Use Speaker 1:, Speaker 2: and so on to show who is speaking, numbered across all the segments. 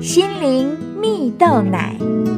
Speaker 1: 心灵蜜豆奶。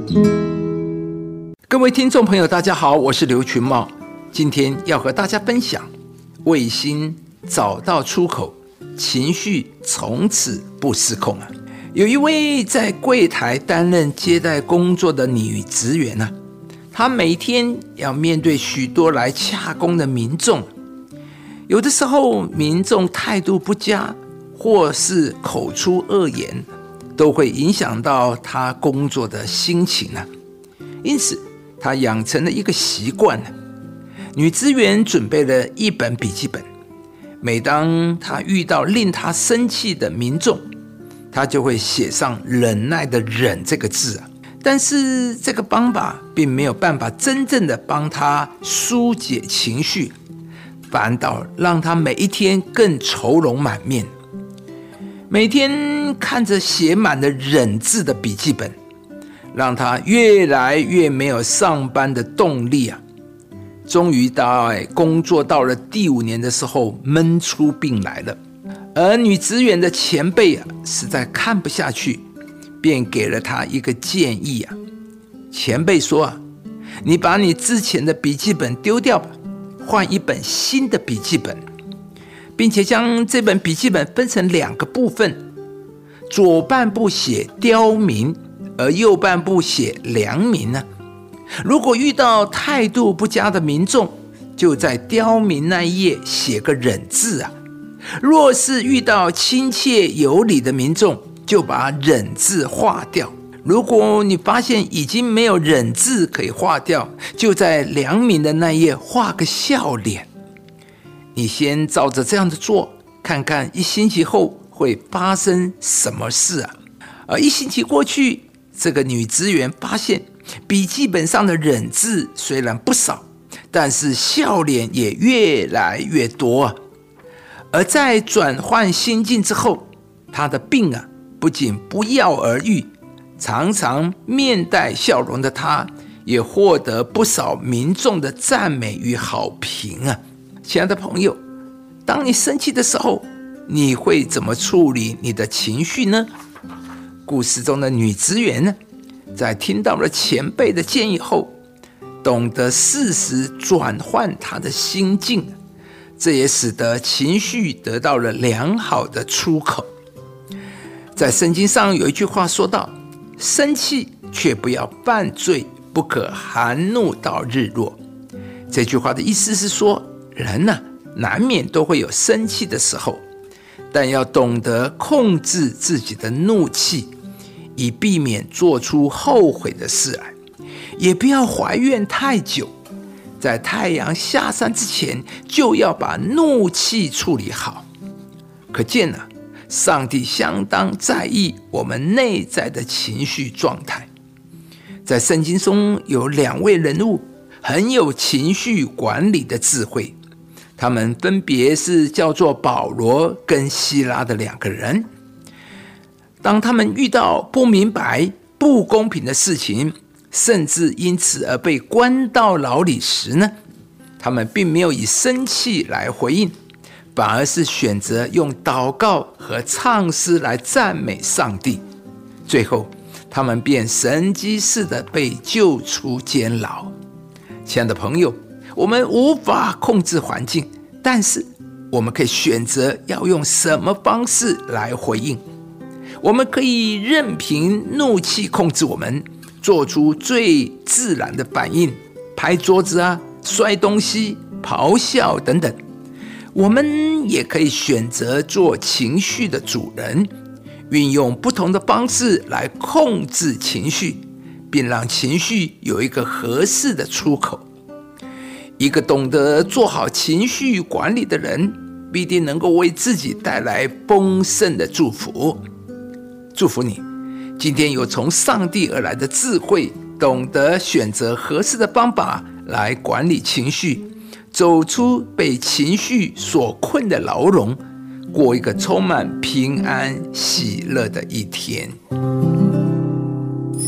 Speaker 2: 各位听众朋友大家好，我是刘群茂，今天要和大家分享卫星找到出口，情绪从此不失控啊。有一位在柜台担任接待工作的女职员啊，她每天要面对许多来洽公的民众，有的时候民众态度不佳或是口出恶言，都会影响到她工作的心情啊。因此她养成了一个习惯，女职员准备了一本笔记本，每当她遇到令她生气的民众，她就会写上忍耐的忍这个字啊。但是这个方法并没有办法真正的帮她疏解情绪，反倒让她每一天更愁容满面。每天看着写满了忍字的笔记本，让她越来越没有上班的动力啊。终于在工作到了第5年的时候，闷出病来了。而女职员的前辈啊，实在看不下去，便给了她一个建议啊。前辈说啊，你把你之前的笔记本丢掉吧，换一本新的笔记本，并且将这本笔记本分成2个部分，左半部写刁民，而右半部写良民呢。如果遇到态度不佳的民众，就在刁民那一页写个忍字啊。若是遇到亲切有礼的民众，就把忍字划掉。如果你发现已经没有忍字可以划掉，就在良民的那页画个笑脸。你先照着这样子做，看看1星期后会发生什么事啊。而1星期过去，这个女职员发现笔记本上的忍字虽然不少，但是笑脸也越来越多啊。而在转换心境之后，她的病啊不仅不药而愈，常常面带笑容的她也获得不少民众的赞美与好评啊。亲爱的朋友，当你生气的时候，你会怎么处理你的情绪呢？故事中的女职员呢，在听到了前辈的建议后，懂得适时转换她的心境，这也使得情绪得到了良好的出口。在圣经上有一句话说道，生气却不要犯罪，不可含怒到日落。这句话的意思是说，人啊，难免都会有生气的时候，但要懂得控制自己的怒气，以避免做出后悔的事来。也不要怀怨太久，在太阳下山之前就要把怒气处理好。可见啊，上帝相当在意我们内在的情绪状态。在圣经中有2位人物很有情绪管理的智慧，他们分别是叫做保罗跟希拉的2个人。当他们遇到不明白、不公平的事情，甚至因此而被关到牢里时呢，他们并没有以生气来回应，反而是选择用祷告和唱诗来赞美上帝。最后他们便神迹似的被救出监牢。亲爱的朋友，我们无法控制环境，但是我们可以选择要用什么方式来回应。我们可以任凭怒气控制我们，做出最自然的反应，拍桌子啊，摔东西，咆哮等等。我们也可以选择做情绪的主人，运用不同的方式来控制情绪，并让情绪有一个合适的出口。一个懂得做好情绪管理的人，必定能够为自己带来丰盛的祝福。祝福你，今天有从上帝而来的智慧，懂得选择合适的方法来管理情绪，走出被情绪所困的牢笼，过一个充满平安喜乐的一天。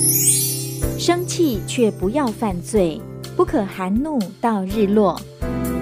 Speaker 1: 生气却不要犯罪，不可含怒到日落。